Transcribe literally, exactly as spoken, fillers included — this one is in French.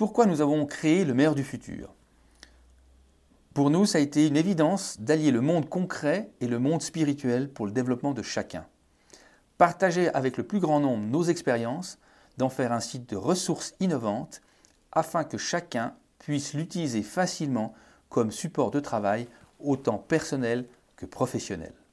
Pourquoi nous avons créé le meilleur du futur ? Pour nous, ça a été une évidence d'allier le monde concret et le monde spirituel pour le développement de chacun. Partager avec le plus grand nombre nos expériences, d'en faire un site de ressources innovantes afin que chacun puisse l'utiliser facilement comme support de travail autant personnel que professionnel.